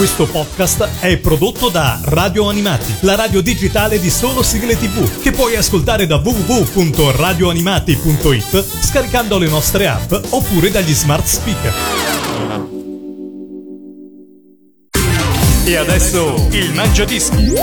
Questo podcast è prodotto da Radio Animati, la radio digitale di solo sigle TV, che puoi ascoltare da www.radioanimati.it scaricando le nostre app oppure dagli smart speaker. E adesso il Mangiadischi.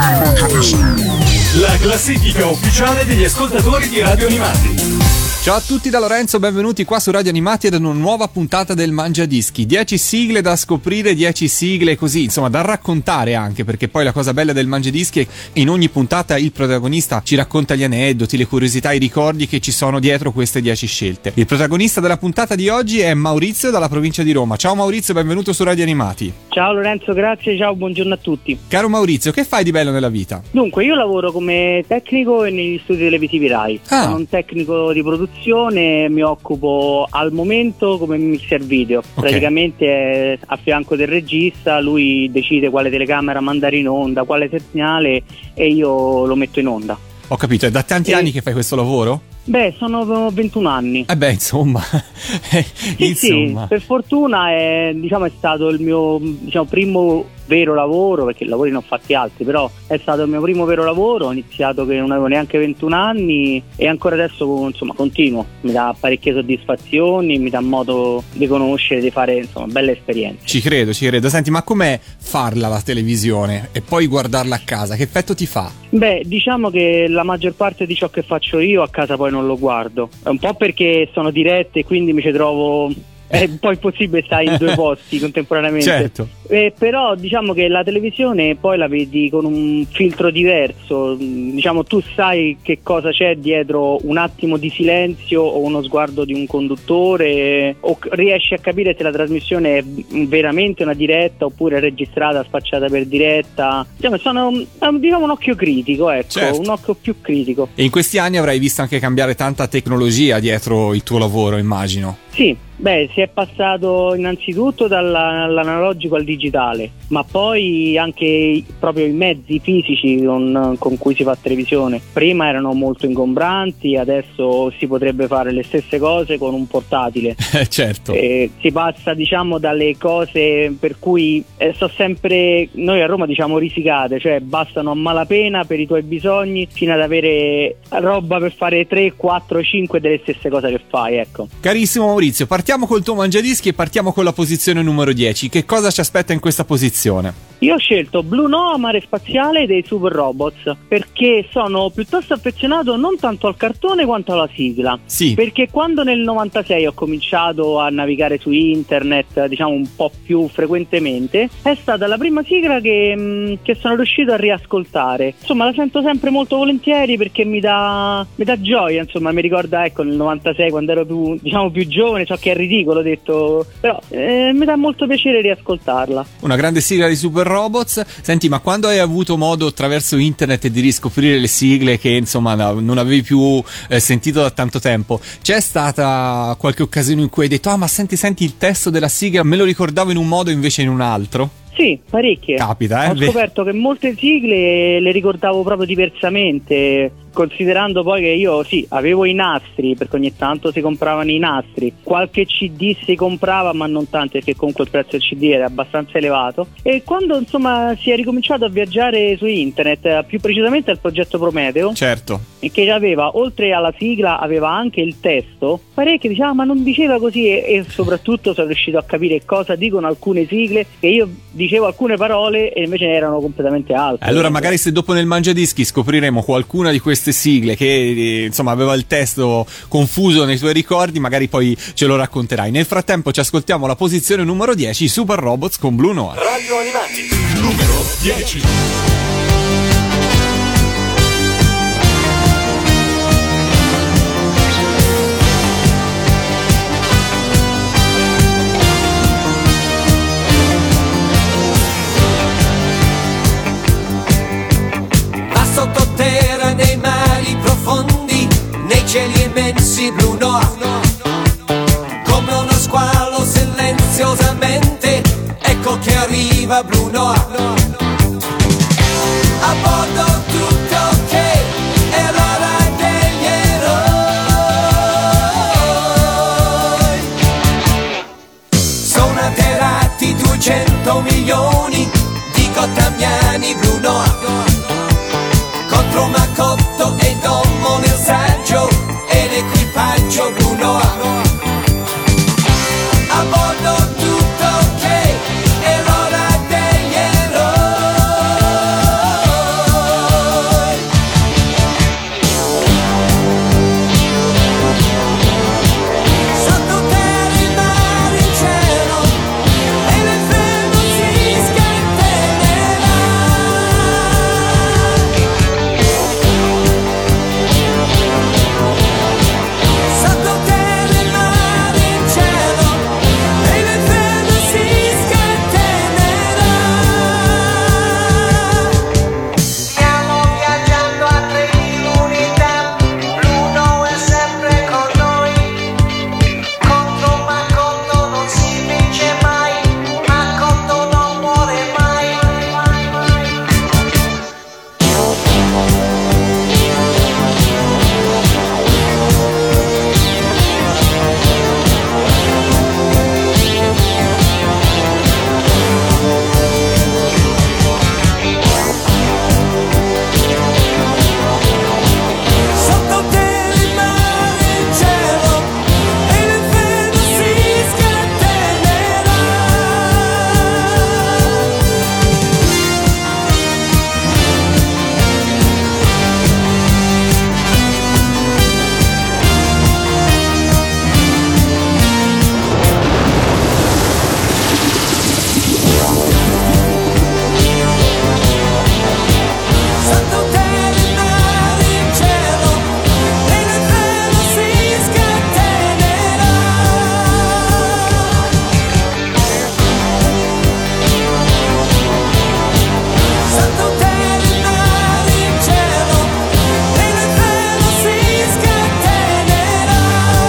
La classifica ufficiale degli ascoltatori di Radio Animati. Ciao a tutti da Lorenzo, benvenuti qua su Radio Animati ad una nuova puntata del Mangiadischi. 10 sigle da scoprire, 10 sigle così, insomma, da raccontare anche, perché poi la cosa bella del Mangiadischi è che in ogni puntata il protagonista ci racconta gli aneddoti, le curiosità, i ricordi che ci sono dietro queste 10 scelte. Il protagonista della puntata di oggi è Maurizio dalla provincia di Roma. Ciao Maurizio, benvenuto su Radio Animati. Ciao Lorenzo, grazie, ciao, buongiorno a tutti. Caro Maurizio, che fai di bello nella vita? Dunque, io lavoro come tecnico negli studi televisivi RAI. Sono un tecnico di produzione, mi occupo al momento come mixer video. Okay. Praticamente a fianco del regista, lui decide quale telecamera mandare in onda, quale segnale e io lo metto in onda. Ho capito, è da tanti anni che fai questo lavoro? Beh, sono 21 anni. Insomma. Sì, per fortuna è stato il mio primo vero lavoro, perché lavori ne ho fatti altri, però è stato il mio primo vero lavoro. Ho iniziato che non avevo neanche 21 anni e ancora adesso continuo. Mi dà parecchie soddisfazioni, mi dà modo di conoscere, di fare belle esperienze. Ci credo. Senti, ma com'è farla la televisione e poi guardarla a casa? Che effetto ti fa? Beh, diciamo che la maggior parte di ciò che faccio io a casa poi non lo guardo. È un po' perché sono dirette e quindi mi ci trovo. È un po' impossibile stare in due posti contemporaneamente. Certo. Però diciamo che la televisione poi la vedi con un filtro diverso. Tu sai che cosa c'è dietro un attimo di silenzio o uno sguardo di un conduttore, o riesci a capire se la trasmissione è veramente una diretta oppure è registrata, spacciata per diretta. Sono un occhio critico, ecco. Certo. Un occhio più critico. E in questi anni avrai visto anche cambiare tanta tecnologia dietro il tuo lavoro, immagino. Sì. Beh, si è passato innanzitutto dall'analogico al digitale, ma poi anche proprio i mezzi fisici con cui si fa televisione. Prima erano molto ingombranti, adesso si potrebbe fare le stesse cose con un portatile. Certo. Si passa dalle cose per cui noi a Roma risicate, cioè bastano a malapena per i tuoi bisogni fino ad avere roba per fare 3, 4, 5 delle stesse cose che fai, ecco. Carissimo Maurizio, partiamo col tuo Mangiadischi e partiamo con la posizione numero 10. Che cosa ci aspetta in questa posizione? Io ho scelto Blue Noah, Mare Spaziale dei Super Robots, perché sono piuttosto affezionato non tanto al cartone quanto alla sigla. Sì. Perché quando nel 96 ho cominciato a navigare su internet, un po' più frequentemente, è stata la prima sigla che sono riuscito a riascoltare. La sento sempre molto volentieri perché mi dà gioia, mi ricorda nel 96 quando ero più giovane, ciò che è ridicolo detto, però mi dà molto piacere riascoltarla. Una grande sigla di Super Robots. Senti, ma quando hai avuto modo attraverso internet di riscoprire le sigle che non avevi più sentito da tanto tempo, c'è stata qualche occasione in cui hai detto ma senti il testo della sigla, me lo ricordavo in un modo invece in un altro? Sì, parecchie. Capita, Ho scoperto che molte sigle le ricordavo proprio diversamente, considerando poi che io avevo i nastri, perché ogni tanto si compravano i nastri, qualche CD si comprava ma non tanto, perché comunque il prezzo del CD era abbastanza elevato. E quando si è ricominciato a viaggiare su internet, più precisamente al progetto Prometeo, certo, che aveva, oltre alla sigla, aveva anche il testo, parecchio diceva ma non diceva così, e soprattutto sono riuscito a capire cosa dicono alcune sigle, che io dicevo alcune parole e invece erano completamente altre. Allora magari se dopo nel Mangiadischi scopriremo qualcuna di queste sigle che aveva il testo confuso nei tuoi ricordi, magari poi ce lo racconterai. Nel frattempo ci ascoltiamo la posizione numero 10, Super Robots con Blue Noah. Radio Animati numero 10. Sottoterra, nei mari profondi, nei cieli immensi Blue Noah, come uno squalo silenziosamente, ecco che arriva Blue Noah. A bordo tutto ok, è l'ora degli eroi. Sono atterrati 200 milioni Marconi, di Cottamiani, Bruno, contro Macotto e Dommo nel saggio e l'equipaggio Bruno. A bordo tutto ok, è l'ora degli eroi. Sotto terra il mare in cielo e l'inferno si scatenerà. Sotto terra il mare in cielo e l'inferno si scatenerà. Stiamo viaggiando a 3000 unità, l'uno è sempre con noi. Contro Macotto non si vince mai, Macotto non muore mai. Sotto terra il mare in cielo e l'inferno si scatenerà. Sotto terra il mare in cielo e l'inferno si scatenerà. Sotto terra il mare in cielo e l'inferno si scatenerà.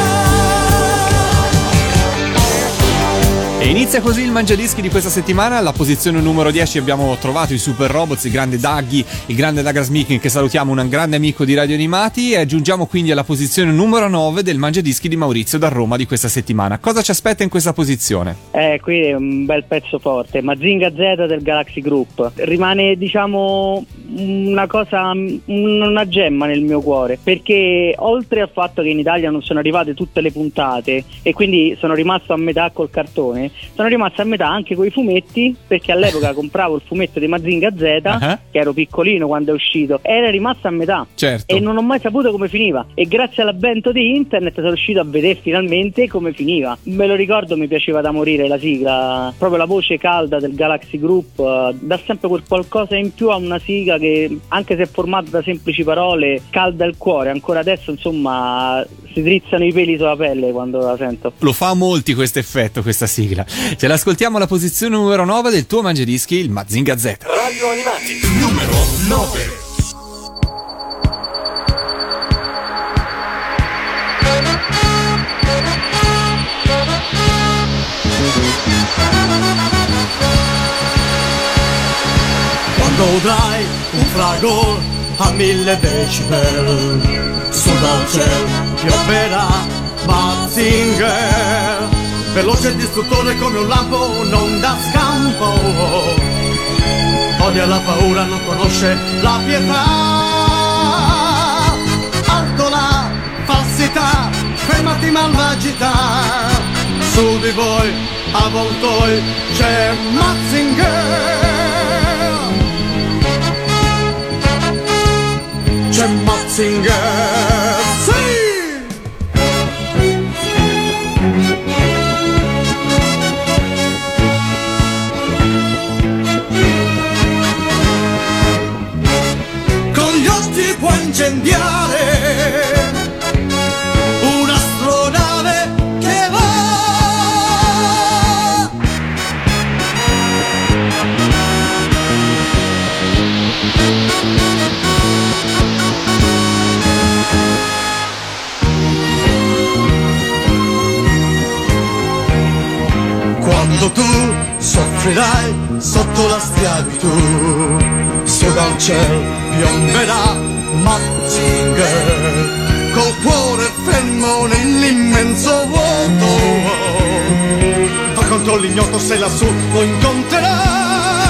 E inizia così il Mangiadischi di questa settimana. Alla posizione numero 10 abbiamo trovato i Super Robots, il grande Daggy, il grande Douglas Meeking, che salutiamo, un grande amico di Radio Animati, e giungiamo quindi alla posizione numero 9 del Mangiadischi di Maurizio da Roma di questa settimana. Cosa ci aspetta in questa posizione? Qui è un bel pezzo forte, Mazinga Z del Galaxy Group. Rimane, diciamo, una cosa, una gemma nel mio cuore, perché oltre al fatto che in Italia non sono arrivate tutte le puntate e quindi sono rimasto a metà col cartone, sono rimasto a metà anche coi fumetti, perché all'epoca compravo il fumetto di Mazinga Z, che ero piccolino quando è uscito, e era rimasto a metà. Certo. E non ho mai saputo come finiva, e grazie all'avvento di internet sono riuscito a vedere finalmente come finiva. Me lo ricordo, mi piaceva da morire la sigla, proprio la voce calda del Galaxy Group, dà sempre quel qualcosa in più a una sigla che, anche se è formata da semplici parole, calda il cuore. Ancora adesso, insomma, si drizzano i peli sulla pelle quando la sento. Lo fa a molti questo effetto, questa sigla. Ce l'ascoltiamo alla posizione numero 9 del tuo Mangiadischi, il Mazinga Z. Radio Animati, numero 9. Quando udrai un fragor a 1000 decibel, su dal cielo piomberà Mazinger, veloce e distruttore come un lampo, non dà scampo, odia la paura, non conosce la pietà, alto la falsità, fermati malvagità, su di voi avvoltoi c'è Mazinger. C'è Mazinger, sì! Con gli occhi può incendiare un'astronave che va. Quando tu soffrirai sotto la schiavitù, su dal cielo piomberà Mazinger, col cuore fermo nell'immenso vuoto, va contro l'ignoto, se lassù lo incontrerai.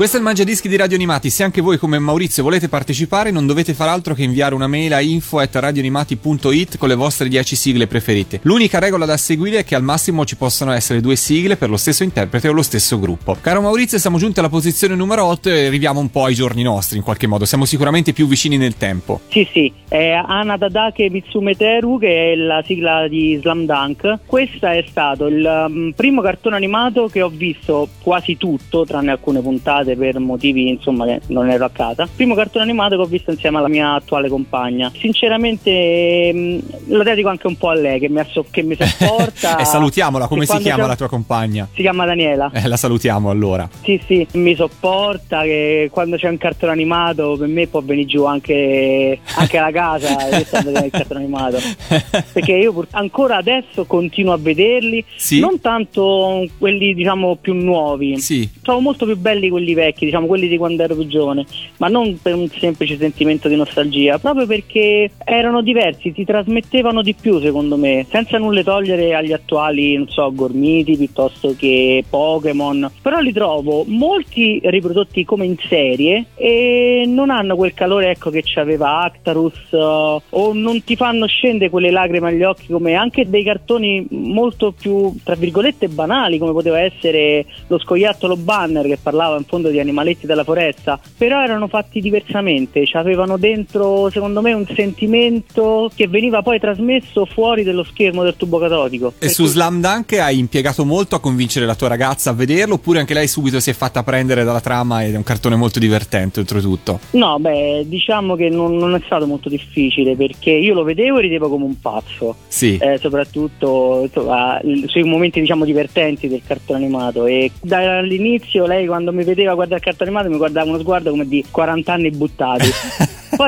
Questo è il Mangiadischi di Radio Animati. Se anche voi come Maurizio volete partecipare, non dovete far altro che inviare una mail a info@radioanimati.it con le vostre 10 sigle preferite. L'unica regola da seguire è che al massimo ci possono essere 2 sigle per lo stesso interprete o lo stesso gruppo. Caro Maurizio, siamo giunti alla posizione numero 8 e arriviamo un po' ai giorni nostri in qualche modo. Siamo sicuramente più vicini nel tempo. Sì, è Anadadake Mitsume Teru, che è la sigla di Slam Dunk. Questo è stato il primo cartone animato che ho visto quasi tutto, tranne alcune puntate per motivi insomma che non ero a casa. Primo cartone animato che ho visto insieme alla mia attuale compagna. Sinceramente lo dedico anche un po' a lei che mi sopporta. E salutiamola, come si chiama c'è... la tua compagna? Si chiama Daniela. La salutiamo allora. Sì, mi sopporta, che quando c'è un cartone animato per me può venire giù anche alla casa stando nel cartone animato, perché io ancora adesso continuo a vederli, sì? Non tanto quelli diciamo più nuovi, sì. Trovo molto più belli quelli vecchi, diciamo quelli di quando ero più giovane, ma non per un semplice sentimento di nostalgia, proprio perché erano diversi, ti trasmettevano di più secondo me, senza nulla togliere agli attuali, non so, Gormiti piuttosto che Pokémon, però li trovo molti riprodotti come in serie e non hanno quel calore, ecco, che c'aveva Actarus, o non ti fanno scendere quelle lacrime agli occhi come anche dei cartoni molto più tra virgolette banali, come poteva essere lo scoiattolo Banner, che parlava in fondo di animaletti della foresta, però erano fatti diversamente, avevano dentro secondo me un sentimento che veniva poi trasmesso fuori dello schermo del tubo catodico. E su Slam Dunk hai impiegato molto a convincere la tua ragazza a vederlo, oppure anche lei subito si è fatta prendere dalla trama ed è un cartone molto divertente oltretutto? No, diciamo che non è stato molto difficile, perché io lo vedevo e ridevo come un pazzo, sì. Soprattutto insomma, sui momenti diciamo divertenti del cartone animato, e dall'inizio lei quando mi vedeva guardare il cartone animato mi guardava uno sguardo come di 40 anni buttati. Poi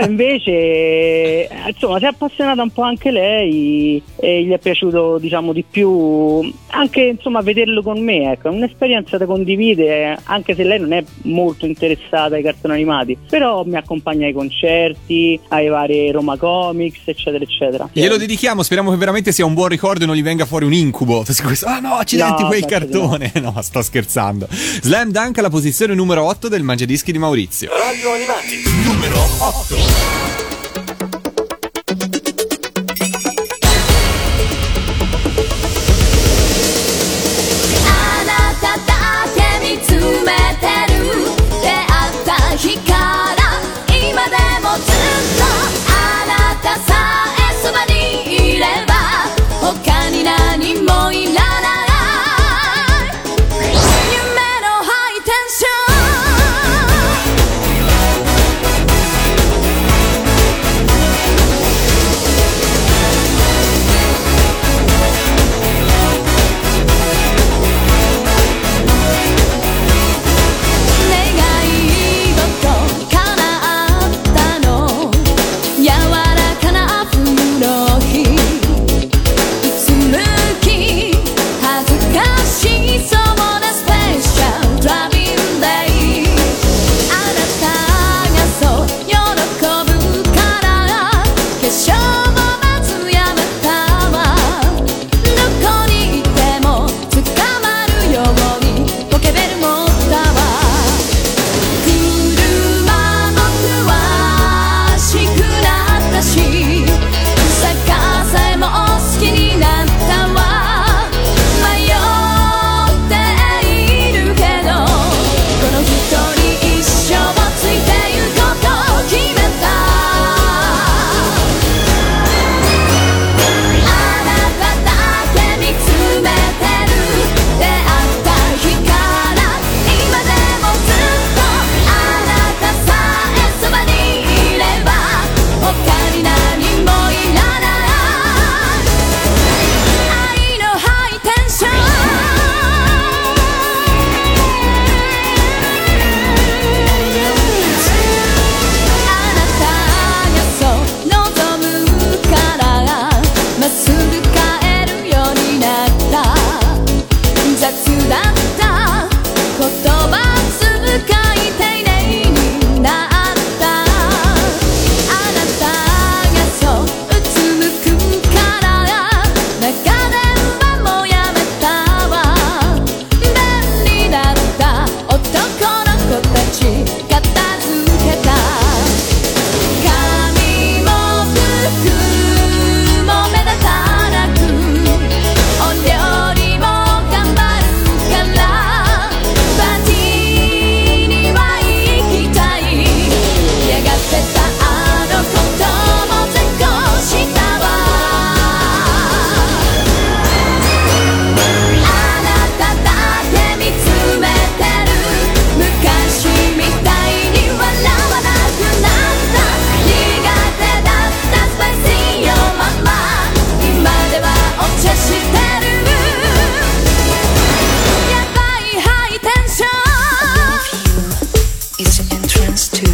invece insomma si è appassionata un po' anche lei e gli è piaciuto diciamo di più anche insomma vederlo con me, ecco, è un'esperienza da condividere, anche se lei non è molto interessata ai cartoni animati, però mi accompagna ai concerti, ai vari Roma Comics eccetera eccetera. Glielo dedichiamo, speriamo che veramente sia un buon ricordo e non gli venga fuori un incubo. Ah no, accidenti, No, quel cartone. No, sto scherzando. Slam Dunk alla posizione numero 8 del Mangiadischi di Maurizio. Radio Animati numero 8. 「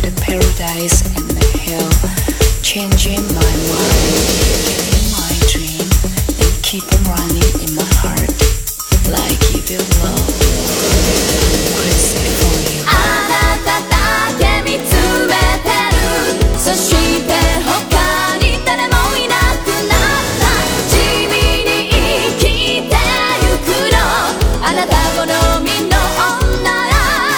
the paradise and the hell, changing my mind, getting my dream, and keep on running in my heart, like evil love, crazy for you. あなただけ見つめてる、そして他に誰もいなくなった、地味に生きてゆくの、あなた好みの女ら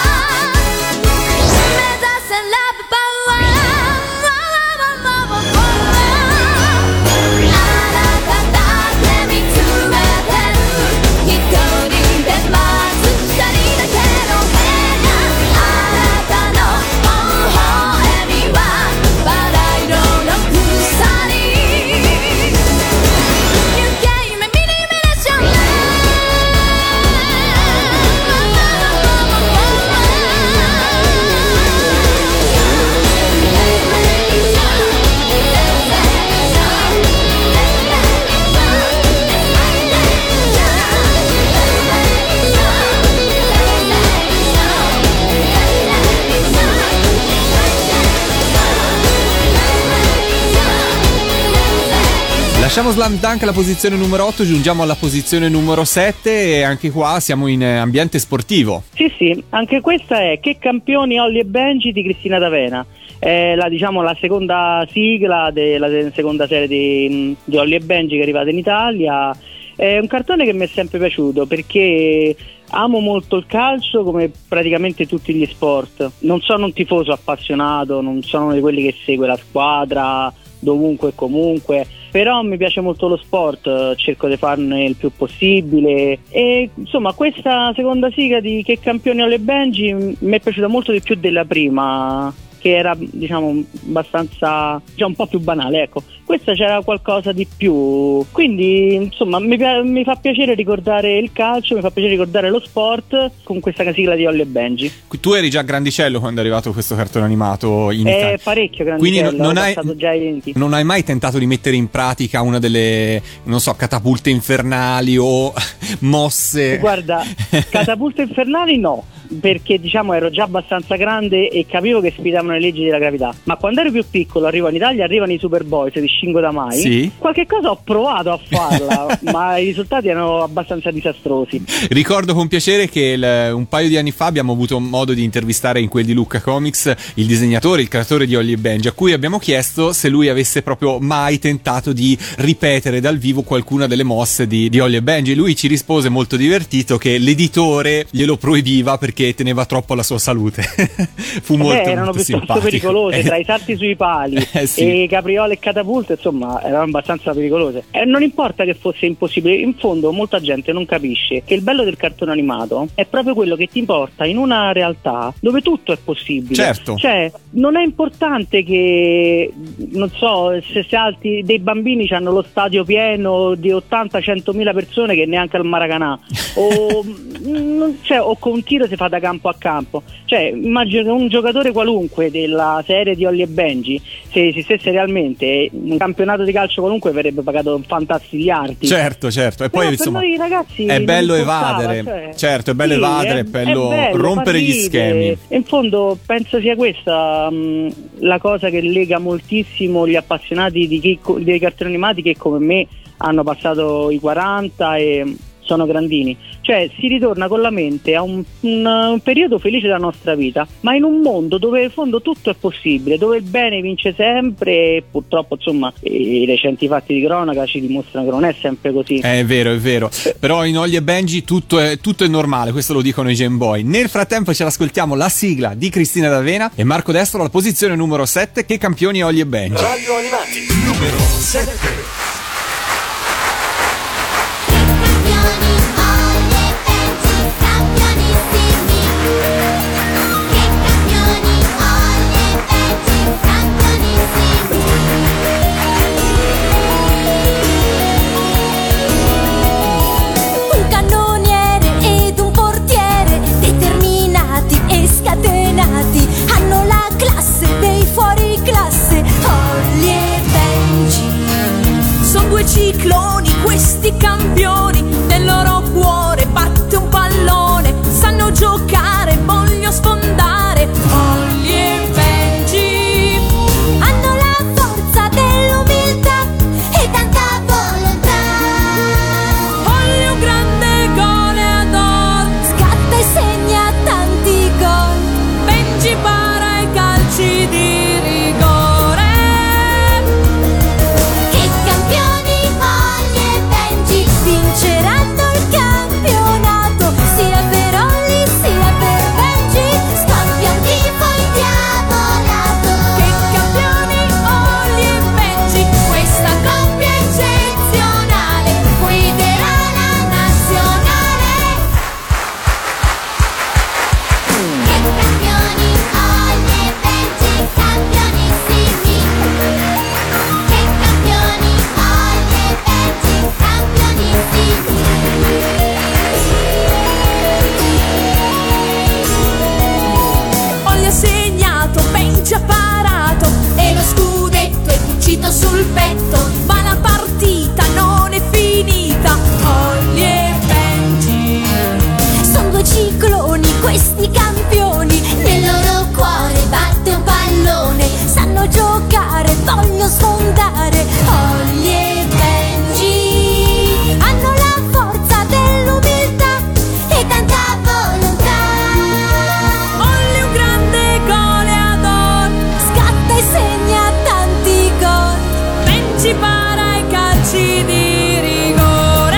Lasciamo Slam Dunk alla posizione numero 8, giungiamo alla posizione numero 7 e anche qua siamo in ambiente sportivo. Sì, anche questa è Che campioni Olly e Benji di Cristina D'Avena. È la seconda sigla della seconda serie di Olly e Benji che è arrivata in Italia. È un cartone che mi è sempre piaciuto perché amo molto il calcio come praticamente tutti gli sport. Non sono un tifoso appassionato, non sono uno di quelli che segue la squadra dovunque e comunque, però mi piace molto lo sport, cerco di farne il più possibile e insomma questa seconda sigla di Che campioni Olly e Benji mi è piaciuta molto di più della prima, che era abbastanza un po' più banale, ecco. Questa c'era qualcosa di più, quindi insomma mi fa piacere ricordare il calcio, mi fa piacere ricordare lo sport con questa sigla di Olly e Benji. Tu eri già grandicello quando è arrivato questo cartone animato in Italia. Parecchio grandicello, quindi non hai mai tentato di mettere in pratica una delle, non so, catapulte infernali o mosse? Guarda, catapulte infernali no, perché ero già abbastanza grande e capivo che sfidavano le leggi della gravità, ma quando ero più piccolo in Italia arrivano i Superboy di Shingo Damai, sì? Qualche cosa ho provato a farla ma i risultati erano abbastanza disastrosi. Ricordo con piacere che un paio di anni fa abbiamo avuto modo di intervistare in quel di Lucca Comics il disegnatore, il creatore di Olly e Benji, a cui abbiamo chiesto se lui avesse proprio mai tentato di ripetere dal vivo qualcuna delle mosse di Olly e Benji. Lui ci rispose molto divertito che l'editore glielo proibiva perché teneva troppo alla sua salute. Fu molto erano molto piuttosto simpatico. pericolose, tra i salti sui pali sì. e capriole e catapulte, insomma erano abbastanza pericolose. Non importa che fosse impossibile, in fondo molta gente non capisce che il bello del cartone animato è proprio quello che ti porta in una realtà dove tutto è possibile. Certo. Cioè non è importante che, non so, se altri dei bambini hanno lo stadio pieno di 80-100.000 persone che neanche al Maracanã o con un tiro si fa da campo a campo. Cioè immagino che un giocatore qualunque della serie di Olly e Benji, se esistesse realmente un campionato di calcio qualunque, verrebbe pagato fantastiardi. Certo, e poi insomma per noi ragazzi è bello evadere, certo, è bello evadere, è bello rompere gli schemi. In fondo penso sia questa la cosa che lega moltissimo gli appassionati dei cartoni animati che come me hanno passato i 40 e sono grandini. Cioè si ritorna con la mente a un periodo felice della nostra vita, ma in un mondo dove in fondo tutto è possibile, dove il bene vince sempre e purtroppo insomma i recenti fatti di cronaca ci dimostrano che non è sempre così. È vero, però in Olly e Benji tutto è normale, questo lo dicono i Game Boy. Nel frattempo ce l'ascoltiamo la sigla di Cristina D'Avena e Marco Destro alla posizione numero 7, Che campioni Olly e Benji. Radio Animati numero 7. Hanno la classe dei fuori classe. Olly e Benji sono due cicloni, questi campioni. Nel loro cuore batte un pallone, sanno giocare, voglio sfondare. Olly e Benji. voglio giocare, voglio sfondare. Holly e Benji hanno la forza dell'umiltà e tanta volontà. Holly un grande goleador, scatta e segna tanti gol. Benji para i calci di rigore.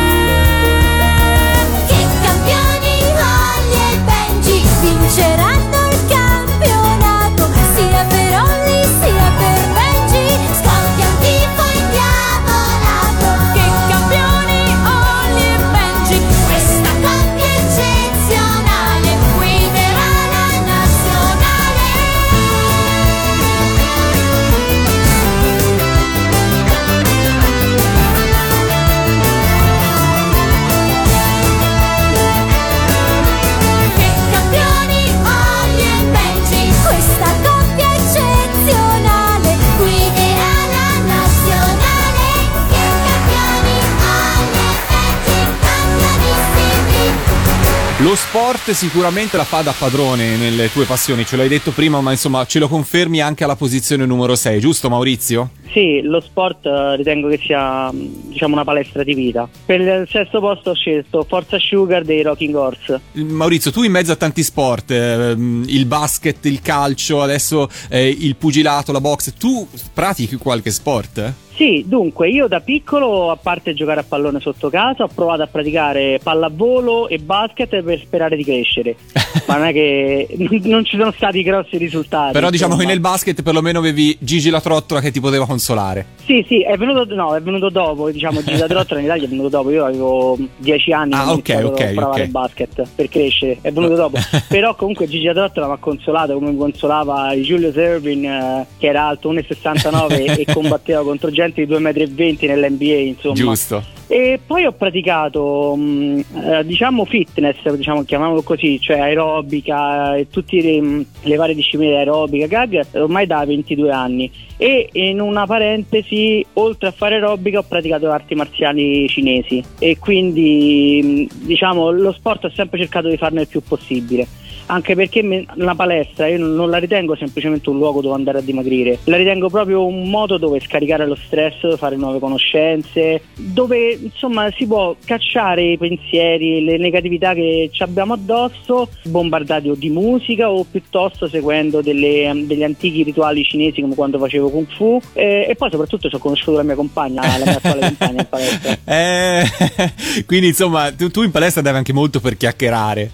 Che campioni Holly e Benji, vinceranno il campionato, sia per Holly sia per Benji. Scoppia un tifo indiavolato. Che campioni Holly e Benji, questa coppia eccezionale guiderà la nazionale. Che campioni Holly e Benji, questa coppia eccezionale guiderà la nazionale. Che campioni Holly e Benji, campionissimi. Lo sport sicuramente la fa da padrone nelle tue passioni, ce l'hai detto prima, ma insomma ce lo confermi anche alla posizione numero 6, giusto Maurizio? Sì, lo sport ritengo che sia, diciamo, una palestra di vita. Per il sesto posto ho scelto Forza Sugar dei Rocking Horse. Maurizio, tu in mezzo a tanti sport, il basket, il calcio, adesso il pugilato, la boxe, tu pratichi qualche sport? Sì, dunque io da piccolo, a parte giocare a pallone sotto casa, ho provato a praticare pallavolo e basket per sperare di crescere, ma non è che non ci sono stati grossi risultati. Però diciamo insomma. che nel basket perlomeno avevi Gigi la trottola che ti poteva consolare. Sì, è venuto dopo, diciamo, Gigi la trottola in Italia è venuto dopo, io avevo 10 anni Ah, quando ho iniziato a provare ok. il basket per crescere, è venuto dopo. Però comunque Gigi la trottola mi ha consolato come mi consolava Julius Erving, che era alto 1,69 e combatteva contro gente di 2,20 m nell'NBA, insomma. Giusto. E poi ho praticato diciamo fitness, diciamo, chiamiamolo così, cioè aerobica e tutte le varie discipline di aerobica, gag, ormai da 22 anni. E in una parentesi, oltre a fare aerobica, ho praticato arti marziali cinesi e quindi diciamo lo sport ho sempre cercato di farne il più possibile. Anche perché la palestra io non la ritengo semplicemente un luogo dove andare a dimagrire, la ritengo proprio un modo dove scaricare lo stress, fare nuove conoscenze, dove insomma si può cacciare i pensieri, le negatività che ci abbiamo addosso, bombardati o di musica o piuttosto seguendo degli antichi rituali cinesi come quando facevo Kung Fu, e poi soprattutto ci ho conosciuto la mia compagna, la mia attuale compagna in palestra. Quindi insomma tu in palestra devi anche molto per chiacchierare.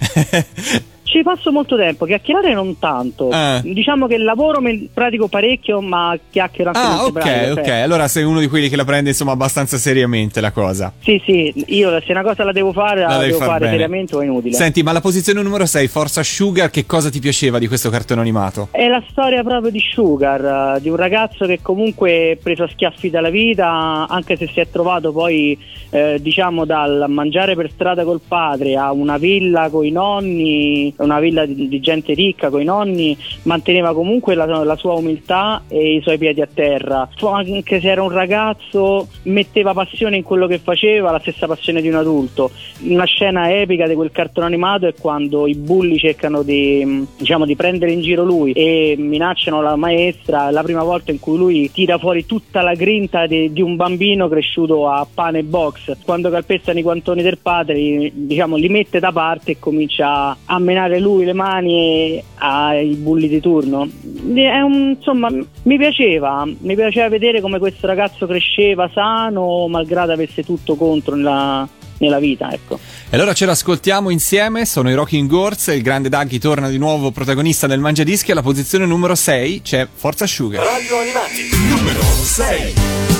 Ci passo molto tempo, chiacchierare non tanto. Diciamo che il lavoro pratico parecchio, ma chiacchiero anche molto bravo. Ok. Allora sei uno di quelli che la prende insomma abbastanza seriamente la cosa. Sì, io se una cosa la devo fare, la devo fare bene. seriamente o è inutile. Senti, ma la posizione numero 6, Forza Sugar, che cosa ti piaceva di questo cartone animato? È la storia proprio di Sugar, di un ragazzo che comunque preso a schiaffi dalla vita, anche se si è trovato poi diciamo dal mangiare per strada col padre a una villa coi nonni, una villa di gente ricca coi nonni, manteneva comunque la sua umiltà e i suoi piedi a terra. Anche se era un ragazzo, metteva passione in quello che faceva, la stessa passione di un adulto. Una scena epica di quel cartone animato è quando i bulli cercano di prendere in giro lui e minacciano la maestra, la prima volta in cui lui tira fuori tutta la grinta di un bambino cresciuto a pane e box. Quando calpestano i guantoni del padre, diciamo, li mette da parte e comincia a menare lui le mani ai bulli di turno. Insomma, mi piaceva vedere come questo ragazzo cresceva sano malgrado avesse tutto contro nella vita, ecco. E allora ce l'ascoltiamo insieme, sono i Rocking Horse, il grande Daggy torna di nuovo protagonista del Mangiadischi. Alla posizione numero 6 c'è Forza Sugar. Radio Animati, numero 6.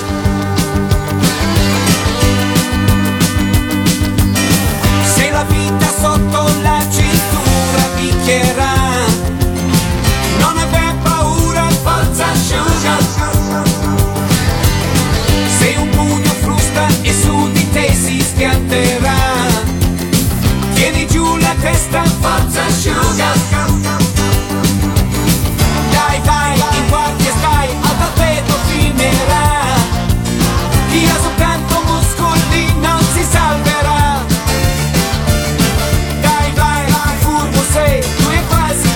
Se la vita sotto la cintura picchierà, non aver paura, Forza Sugar. Se un pugno frusta e su di te si schianterà, tieni giù la testa, Forza Sugar. Dai, vai, in guardia stai, al tappeto finirà. Chi ha soltanto muscoli non si salverà. Dai, vai, furbo sei, tu è quasi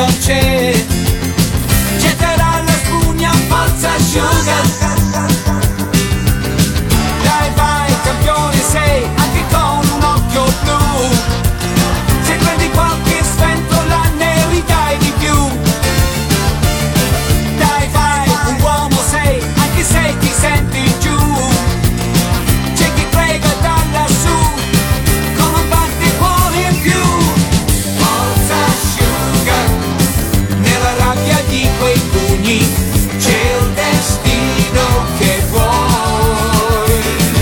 non c'è. Getterà la spugna, forza asciuga. Dai vai, campione sei, anche con un occhio blu. Se prendi qualche sventola ne ridai di più. Dai vai, un uomo sei, anche se ti senti giù. C'è chi prega da lassù, con un batticuore in più. Forza asciuga, nella rabbia di quei pugni c'è il destino che vuoi.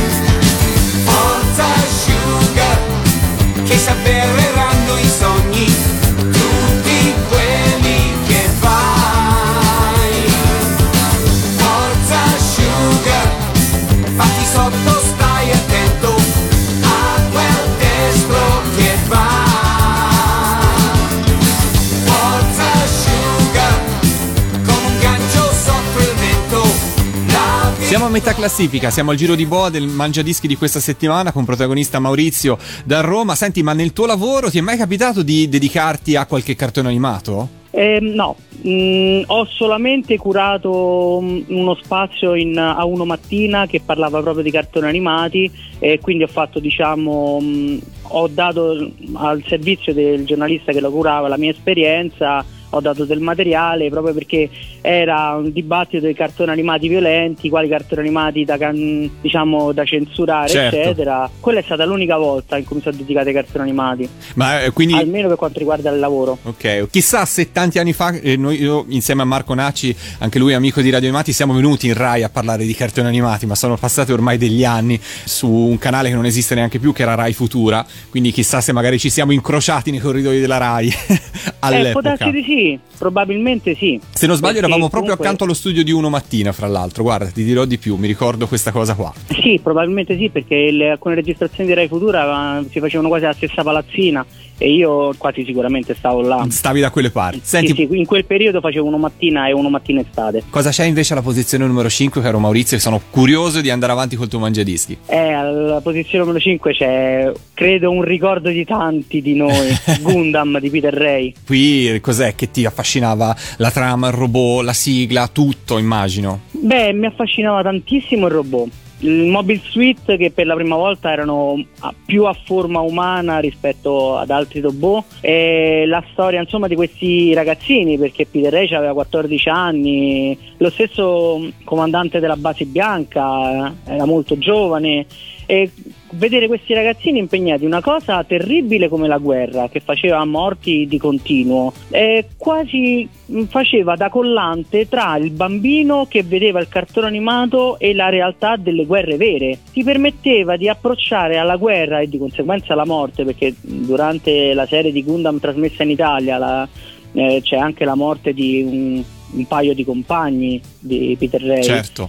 Forza asciuga, che s'avvereranno i sogni, tutti quelli che fai. Forza asciuga, fatti sotto, stai attento a quel destro che va. Forza asciuga, con un gancio sotto il vento, la Siamo a metà classifica, siamo al giro di boa del Mangiadischi di questa settimana con protagonista Maurizio da Roma. Senti, ma nel tuo lavoro ti è mai capitato di dedicarti a qualche cartone animato? No, ho solamente curato uno spazio a Uno Mattina che parlava proprio di cartoni animati, e quindi ho fatto, diciamo, ho dato al servizio del giornalista che lo curava la mia esperienza, ho dato del materiale proprio perché era un dibattito dei cartoni animati violenti, quali cartoni animati diciamo da censurare, certo, eccetera. Quella è stata l'unica volta in cui mi sono dedicato ai cartoni animati, Ma quindi almeno per quanto riguarda il lavoro. ok, chissà se tanti anni fa io insieme a Marco Nacci, anche lui amico di Radio Animati, siamo venuti in Rai a parlare di cartoni animati, ma sono passati ormai degli anni su un canale che non esiste neanche più, che era Rai Futura, quindi chissà se magari ci siamo incrociati nei corridoi della Rai all'epoca. Può darsi di sì, probabilmente sì. Se non sbaglio Perché eravamo proprio comunque accanto allo studio di Uno Mattina, fra l'altro, guarda, ti dirò di più, mi ricordo questa cosa qua. Sì, probabilmente sì, perché alcune registrazioni di Rai Futura si facevano quasi alla stessa palazzina e io quasi sicuramente stavo là. Stavi da quelle parti. Senti, Sì, in quel periodo facevo Uno Mattina e Uno Mattina Estate. cosa c'è invece alla posizione numero 5, caro Maurizio, che sono curioso di andare avanti col tuo Mangiadischi. Alla posizione numero 5 c'è, credo, un ricordo di tanti di noi, Gundam di Peter Ray. Qui cos'è che ti affascinava? La trama, il robot, la sigla, tutto, immagino. Beh, mi affascinava tantissimo il robot. Il Mobile Suit, che per la prima volta erano più a forma umana rispetto ad altri robot, e la storia insomma di questi ragazzini, perché Peter Ray aveva 14 anni, lo stesso comandante della base bianca era molto giovane, e vedere questi ragazzini impegnati in una cosa terribile come la guerra, che faceva morti di continuo, quasi faceva da collante tra il bambino che vedeva il cartone animato e la realtà delle guerre vere. Ti permetteva di approcciare alla guerra e di conseguenza alla morte, perché durante la serie di Gundam trasmessa in Italia c'è anche la morte di un paio di compagni di Peter Ray. Certo.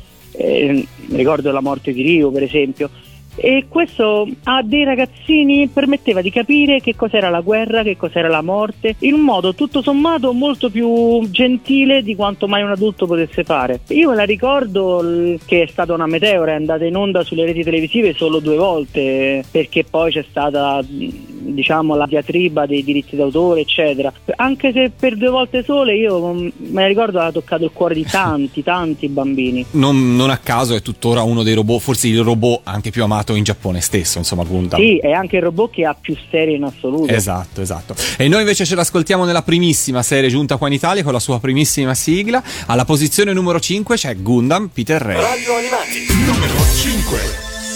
Ricordo la morte di Ryu, per esempio. E questo a dei ragazzini permetteva di capire che cos'era la guerra, che cos'era la morte, in un modo tutto sommato molto più gentile di quanto mai un adulto potesse fare. Io me la ricordo che è stata una meteora, è andata in onda sulle reti televisive solo 2 volte, perché poi c'è stata, diciamo, la diatriba dei diritti d'autore, eccetera. Anche se per 2 volte sole, io me la ricordo, ha toccato il cuore di tanti bambini. Non a caso è tuttora uno dei robot, forse il robot anche più amato in Giappone stesso, insomma, Gundam. Sì, è anche il robot che ha più serie in assoluto. Esatto. E noi invece ce l'ascoltiamo nella primissima serie giunta qua in Italia con la sua primissima sigla. Alla posizione numero 5 c'è Gundam Peter Ray. Radio Animati numero 5.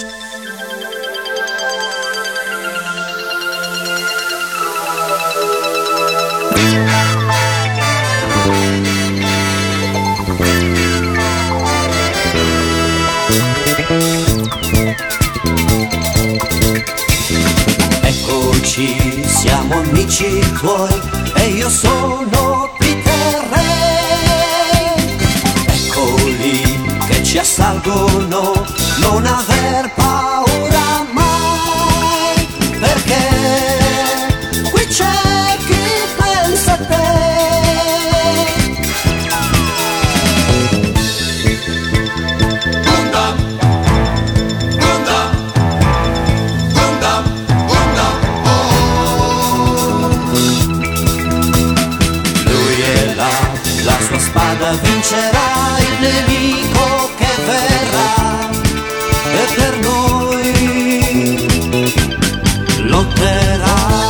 Eccoci, siamo amici tuoi e io sono Peter Ray. Eccoli che ci assalgono, non aver paura mai, perché qui c'è chi pensa a te. Lui tua spada vincerà il nemico che verrà e per noi lotterà.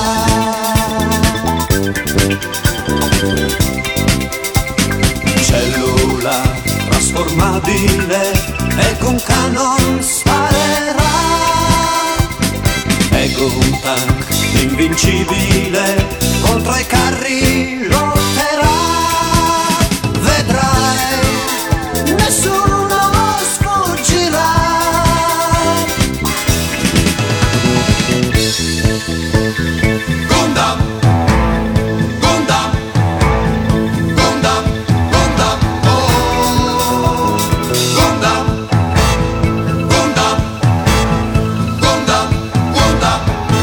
Cellula trasformabile e con canon sparerà, e con un tank invincibile contro i carri lotterà. Vedrai, nessuno sfuggirà. Gundam, Gundam, Gundam, Gundam, oh. Gundam, Gundam, Gundam, Gundam.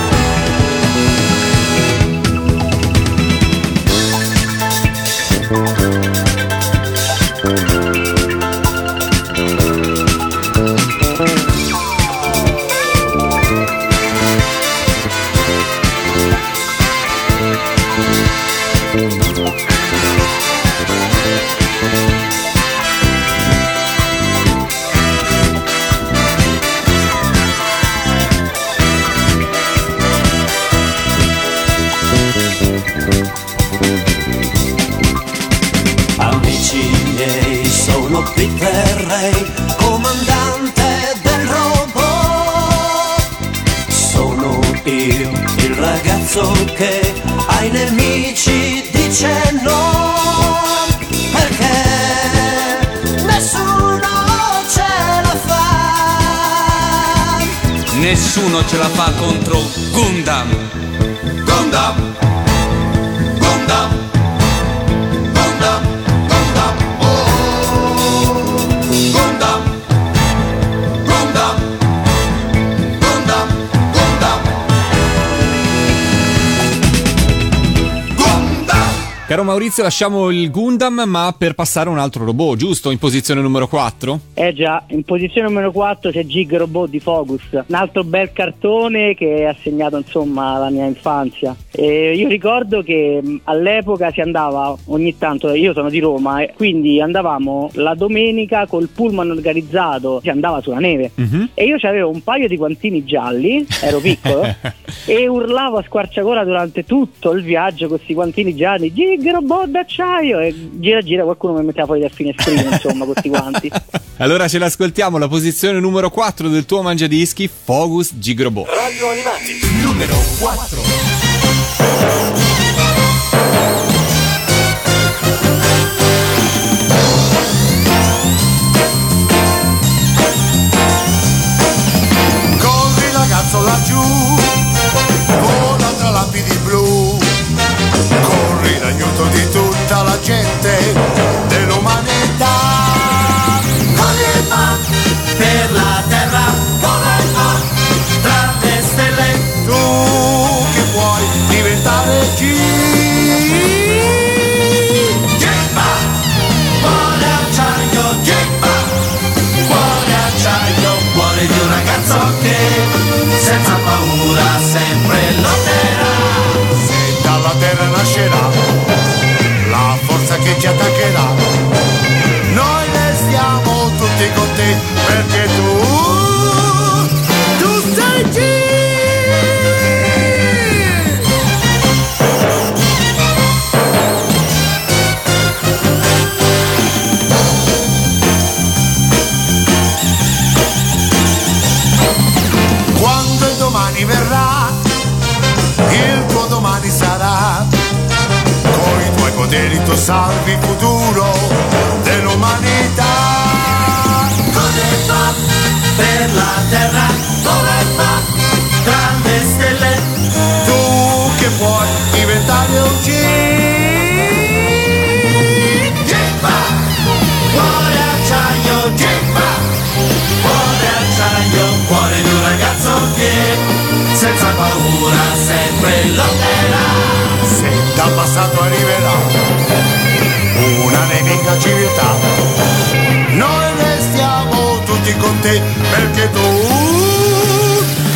Amici miei, sono Peter Ray, comandante del robot. Sono io, il ragazzo che ai nemici dice no, perché nessuno ce la fa. Nessuno ce la fa contro Gundam. Gundam, Gundam, Gundam, Gundam, oh. Gundam, Gundam, Gundam, Gundam, Gundam. Caro Maurizio, lasciamo il Gundam ma per passare a un altro robot, giusto? In posizione numero 4? Già, in posizione numero 4 c'è Gig Robot di Focus, un altro bel cartone che ha segnato insomma la mia infanzia. E io ricordo che all'epoca si andava ogni tanto, io sono di Roma, e quindi andavamo la domenica col pullman organizzato, si andava sulla neve. E io c'avevo un paio di guantini gialli, ero piccolo, e urlavo a squarciagola durante tutto il viaggio con questi guantini gialli, Gig Robot d'acciaio, e gira qualcuno mi metteva fuori dal finestrino insomma con questi guanti. Allora ce l'ascoltiamo, la posizione numero 4 del tuo mangiadischi, Focus Gig Robot. Radio Animati, numero 4. Corri ragazzo laggiù, vola tra lapidi blu, corri l'aiuto di tutta la gente dell'umanità. Corri va per la terra, corri va tra le stelle. Tu che vuoi diventare chi? Gemma, cuore acciaio, gemma, cuore acciaio, cuore di un ragazzo che senza paura sempre lotterà. Se dalla terra nascerà la forza che ci attaccherà, noi restiamo tutti con te perché tu sei chi? Quando il domani verrà, il tuo domani sarà, con i tuoi poteri tu salvi il futuro dell'umanità. Corri va per la terra, corri va tra le stelle. Tu che puoi diventare un G. Gemma, cuore acciaio, gemma, cuore acciaio, cuore di un ragazzo che senza paura sempre lotterà. Se dal passato arriverà una nemica civiltà, noi restiamo tutti con te perché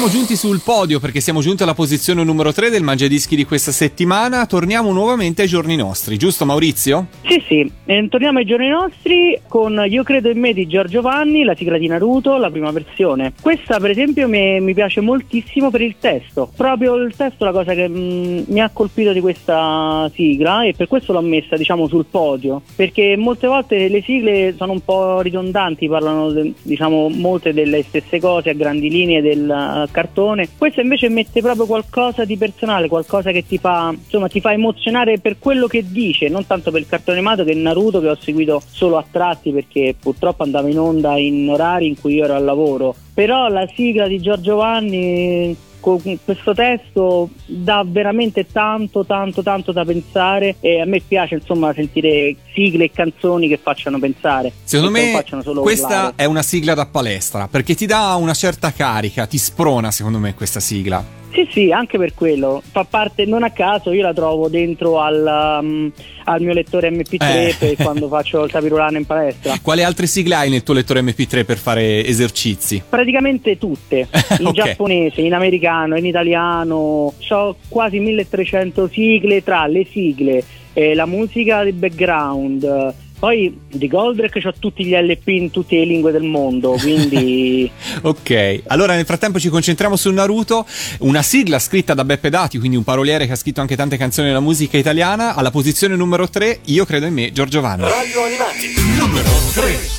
siamo giunti sul podio perché siamo giunti alla posizione numero 3 del Mangiadischi di questa settimana. Torniamo nuovamente ai giorni nostri, giusto Maurizio? Sì, torniamo ai giorni nostri con Io credo in me di Giorgio Vanni, la sigla di Naruto, la prima versione. Questa per esempio mi piace moltissimo per il testo, proprio il testo è la cosa che mi ha colpito di questa sigla e per questo l'ho messa diciamo sul podio, perché molte volte le sigle sono un po' ridondanti, parlano diciamo molte delle stesse cose a grandi linee del cartone. Questa invece mette proprio qualcosa di personale, qualcosa che ti fa emozionare per quello che dice, non tanto per il cartone animato, che è Naruto, che ho seguito solo a tratti perché purtroppo andava in onda in orari in cui io ero al lavoro, però la sigla di Giorgio Vanni con questo testo dà veramente tanto da pensare e a me piace insomma sentire sigle e canzoni che facciano pensare. Secondo me questa urlare. è una sigla da palestra perché ti dà una certa carica, ti sprona secondo me questa sigla. Sì, anche per quello fa parte, non a caso io la trovo dentro al mio lettore MP3 per quando faccio il tapirulano in palestra. Quali altre sigle hai nel tuo lettore MP3 per fare esercizi? Praticamente tutte, in Ok. giapponese, in americano, in italiano, c'ho quasi 1300 sigle tra le sigle, la musica di background. Poi di Goldrake c'ho tutti gli LP in tutte le lingue del mondo, quindi Ok, allora nel frattempo ci concentriamo su Naruto, una sigla scritta da Beppe Dati, quindi un paroliere che ha scritto anche tante canzoni della musica italiana. Alla posizione numero 3, Io credo in me, Giorgio Vanni. Radio Animati, numero 3.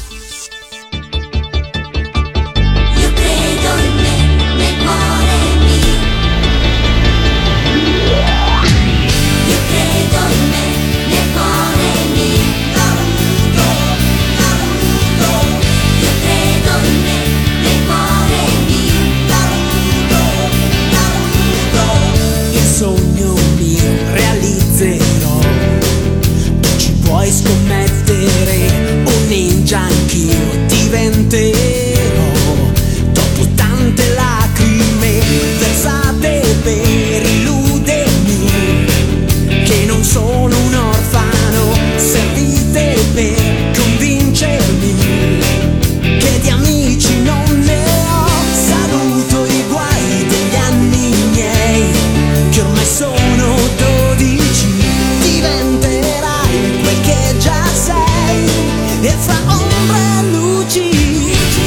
Sogno mio realizzerò, tu ci puoi scommettere, un ninja anch'io diventerò. Dopo tante lacrime versate per illudermi che non sono un orfano, servite per convincermi che di amici non ne ho. Saluto i guai degli anni miei, che ormai sono 12, diventerai quel che già sei, e fra ombre e luci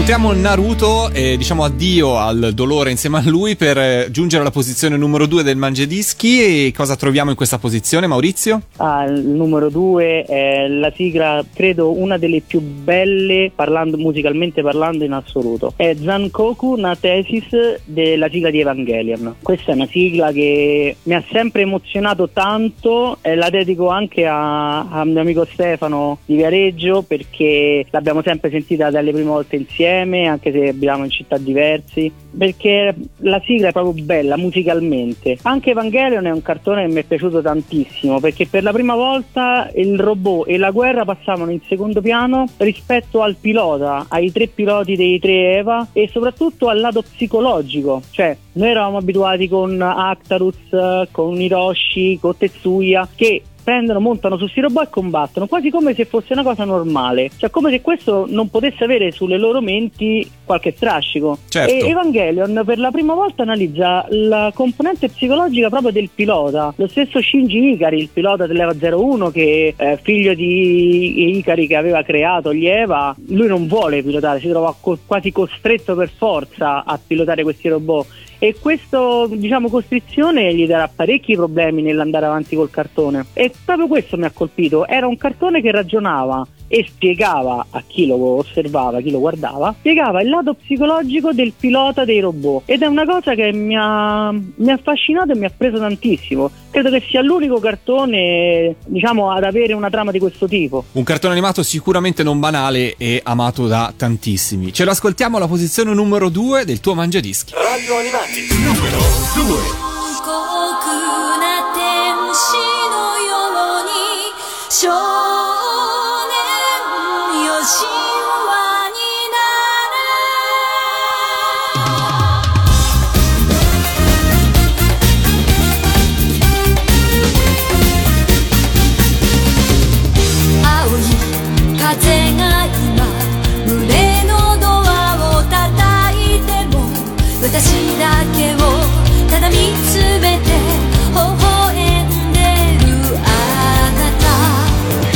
Ascoltiamo Naruto e diciamo addio al dolore insieme a lui per giungere alla posizione numero 2 del Mangiadischi. E cosa troviamo in questa posizione, Maurizio? Il numero 2 è la sigla, credo una delle più belle musicalmente parlando in assoluto. È Zankoku na Thesis della sigla di Evangelion. Questa è una sigla che mi ha sempre emozionato tanto e la dedico anche a mio amico Stefano di Viareggio, perché l'abbiamo sempre sentita dalle prime volte insieme, anche se abitiamo in città diversi, perché la sigla è proprio bella musicalmente. Anche Evangelion è un cartone che mi è piaciuto tantissimo, perché per la prima volta il robot e la guerra passavano in secondo piano rispetto al pilota, ai 3 piloti dei 3 Eva, e soprattutto al lato psicologico. Cioè, noi eravamo abituati con Actarus, con Hiroshi, con Tetsuya, che montano su sti robot e combattono quasi come se fosse una cosa normale, cioè come se questo non potesse avere sulle loro menti qualche strascico. Certo. E Evangelion per la prima volta analizza la componente psicologica proprio del pilota. Lo stesso Shinji Ikari, il pilota dell'Eva 01, che è figlio di Ikari che aveva creato gli Eva, lui non vuole pilotare, si trova quasi costretto per forza a pilotare questi robot, e questo, diciamo, costrizione gli darà parecchi problemi nell'andare avanti col cartone. E proprio questo mi ha colpito. Era un cartone che ragionava e spiegava a chi lo osservava, chi lo guardava, spiegava il lato psicologico del pilota dei robot, ed è una cosa che mi ha affascinato e mi ha preso tantissimo. Credo che sia l'unico cartone, diciamo, ad avere una trama di questo tipo. Un cartone animato sicuramente non banale e amato da tantissimi. Ce lo ascoltiamo alla posizione numero 2 del tuo Mangiadischi. Radio Animati numero 2. 風が今胸のドアを叩いても私だけをただ見つめて微笑んでるあなた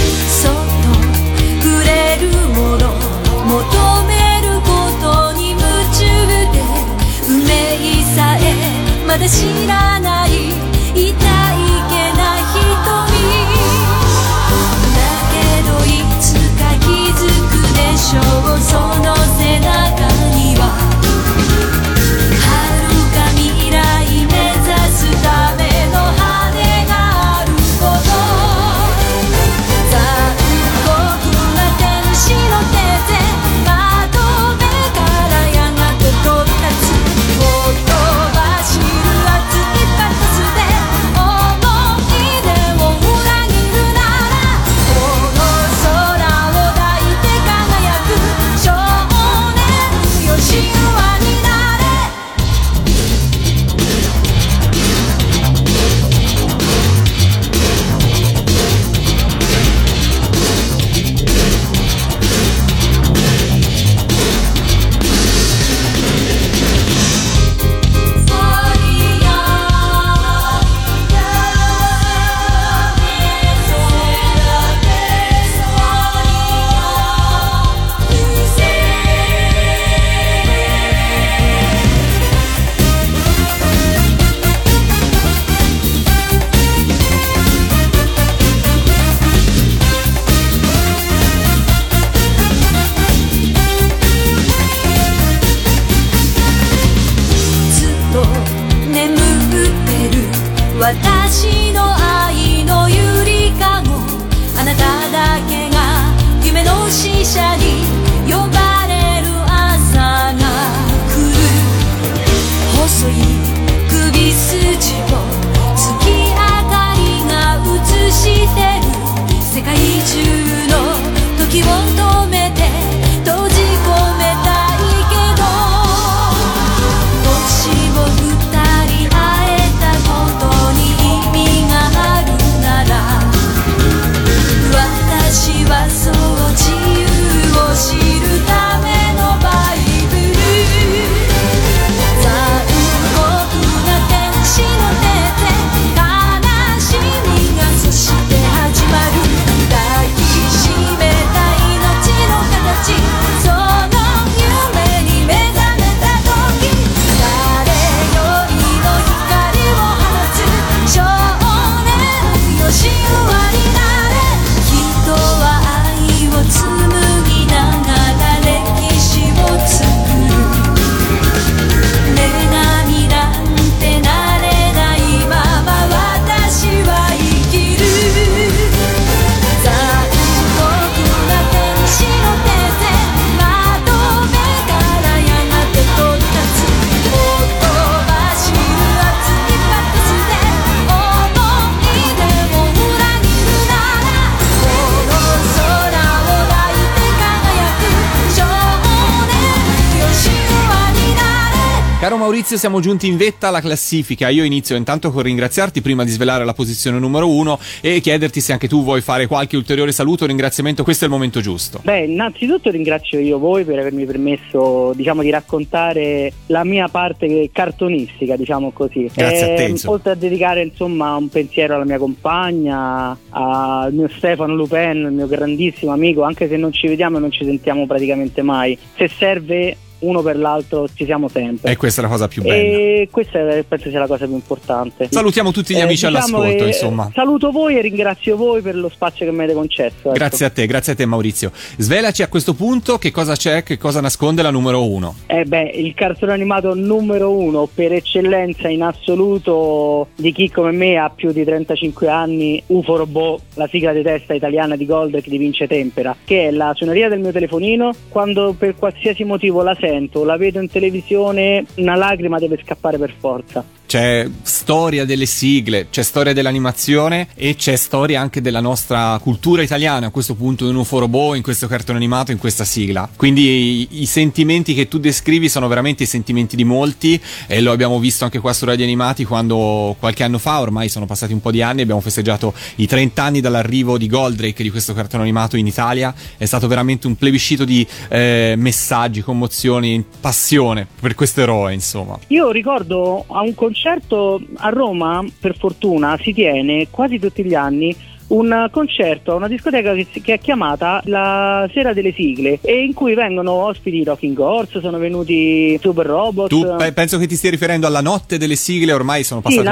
Caro Maurizio, siamo giunti in vetta alla classifica. Io inizio intanto con ringraziarti prima di svelare la posizione numero 1 e chiederti se anche tu vuoi fare qualche ulteriore saluto o ringraziamento. Questo è il momento giusto. Beh, innanzitutto ringrazio io voi per avermi permesso, diciamo, di raccontare la mia parte cartonistica, diciamo così. Grazie a te, insomma. Oltre a dedicare, insomma, un pensiero alla mia compagna, al mio Stefano Lupin, il mio grandissimo amico, anche se non ci vediamo e non ci sentiamo praticamente mai. Se serve uno per l'altro ci siamo sempre, e questa è la cosa più bella, e questa penso sia la cosa più importante. Salutiamo tutti gli amici all'ascolto, insomma. Saluto voi e ringrazio voi per lo spazio che mi avete concesso, ecco. Grazie a te Maurizio. Svelaci a questo punto che cosa c'è, che cosa nasconde la numero 1. Il cartone animato numero 1 per eccellenza in assoluto di chi come me ha più di 35 anni, UFO Robot, la sigla di testa italiana di Goldrake di Vince Tempera, che è la suoneria del mio telefonino. Quando per qualsiasi motivo la vedo in televisione, una lacrima deve scappare per forza. C'è storia delle sigle, c'è storia dell'animazione e c'è storia anche della nostra cultura italiana, a questo punto in UFO Robot, in questo cartone animato, in questa sigla. Quindi i sentimenti che tu descrivi sono veramente i sentimenti di molti, e lo abbiamo visto anche qua su Radio Animati quando qualche anno fa, ormai sono passati un po' di anni, abbiamo festeggiato i 30 anni dall'arrivo di Goldrake, di questo cartone animato in Italia. È stato veramente un plebiscito di messaggi, commozioni, passione per questo eroe, insomma. Io ricordo a un concerto a Roma, per fortuna, si tiene quasi tutti gli anni un concerto a una discoteca che è chiamata la Sera delle Sigle, e in cui vengono ospiti Rocking Horse, sono venuti Super Robot. Tu penso che ti stia riferendo alla Notte delle Sigle, ormai sono passati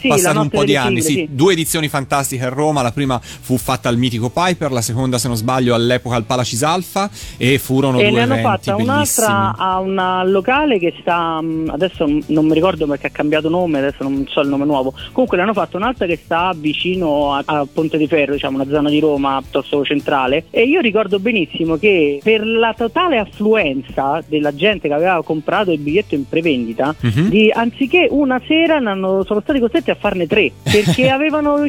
un po' di anni. Sì. 2 edizioni fantastiche a Roma, la prima fu fatta al mitico Piper, la seconda, se non sbaglio, all'epoca al Palacisalfa, e furono 2 eventi bellissimi. E ne hanno fatta un'altra a un locale che sta, adesso non mi ricordo perché ha cambiato nome, adesso non so il nome nuovo, comunque ne hanno fatta un'altra che sta vicino a Ponte di Ferro, diciamo una zona di Roma piuttosto centrale, e io ricordo benissimo che per la totale affluenza della gente che aveva comprato il biglietto in prevendita, anziché una sera sono stati costretti a farne 3, perché avevano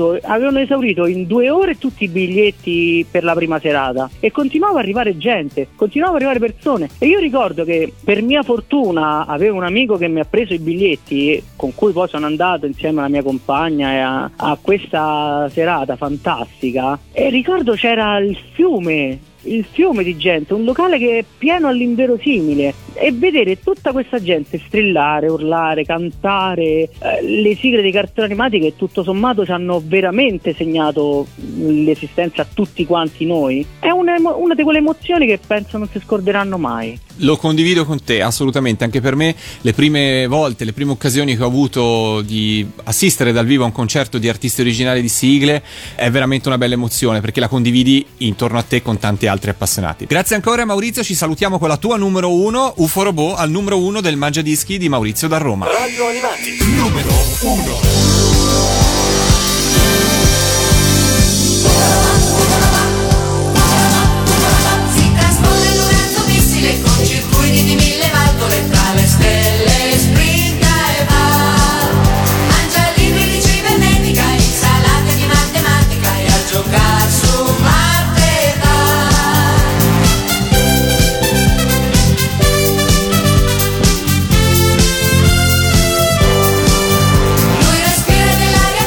esaurito in 2 ore tutti i biglietti per la prima serata, e continuava a arrivare gente, continuava ad arrivare persone. E io ricordo che per mia fortuna avevo un amico che mi ha preso i biglietti, con cui poi sono andato insieme alla mia compagna a questa serata fantastica, e ricordo c'era il fiume di gente, un locale che è pieno all'inverosimile, e vedere tutta questa gente strillare, urlare, cantare le sigle dei cartoni animati che tutto sommato ci hanno veramente segnato l'esistenza a tutti quanti noi, è una di quelle emozioni che penso non si scorderanno mai. Lo condivido con te, assolutamente. Anche per me le prime occasioni che ho avuto di assistere dal vivo a un concerto di artisti originali di sigle è veramente una bella emozione, perché la condividi intorno a te con tanti altri appassionati. Grazie ancora Maurizio, ci salutiamo con la tua numero 1, UFO Robot, al numero 1 del Mangiadischi di Maurizio da Roma. Radio Animati, numero 1. Con circuiti di 1000 valvole tra le stelle, sprinta e va. Mangia libri di cibernetica, insalate di matematica, e a giocare su Marte va. Lui respira dell'aria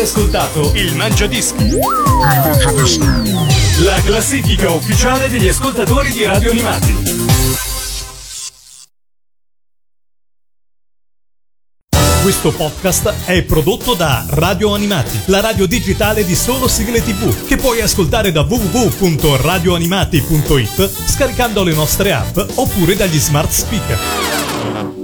ascoltato il Mangiadischi. La classifica ufficiale degli ascoltatori di Radio Animati. Questo podcast è prodotto da Radio Animati, la radio digitale di solo sigle TV, che puoi ascoltare da www.radioanimati.it scaricando le nostre app oppure dagli smart speaker.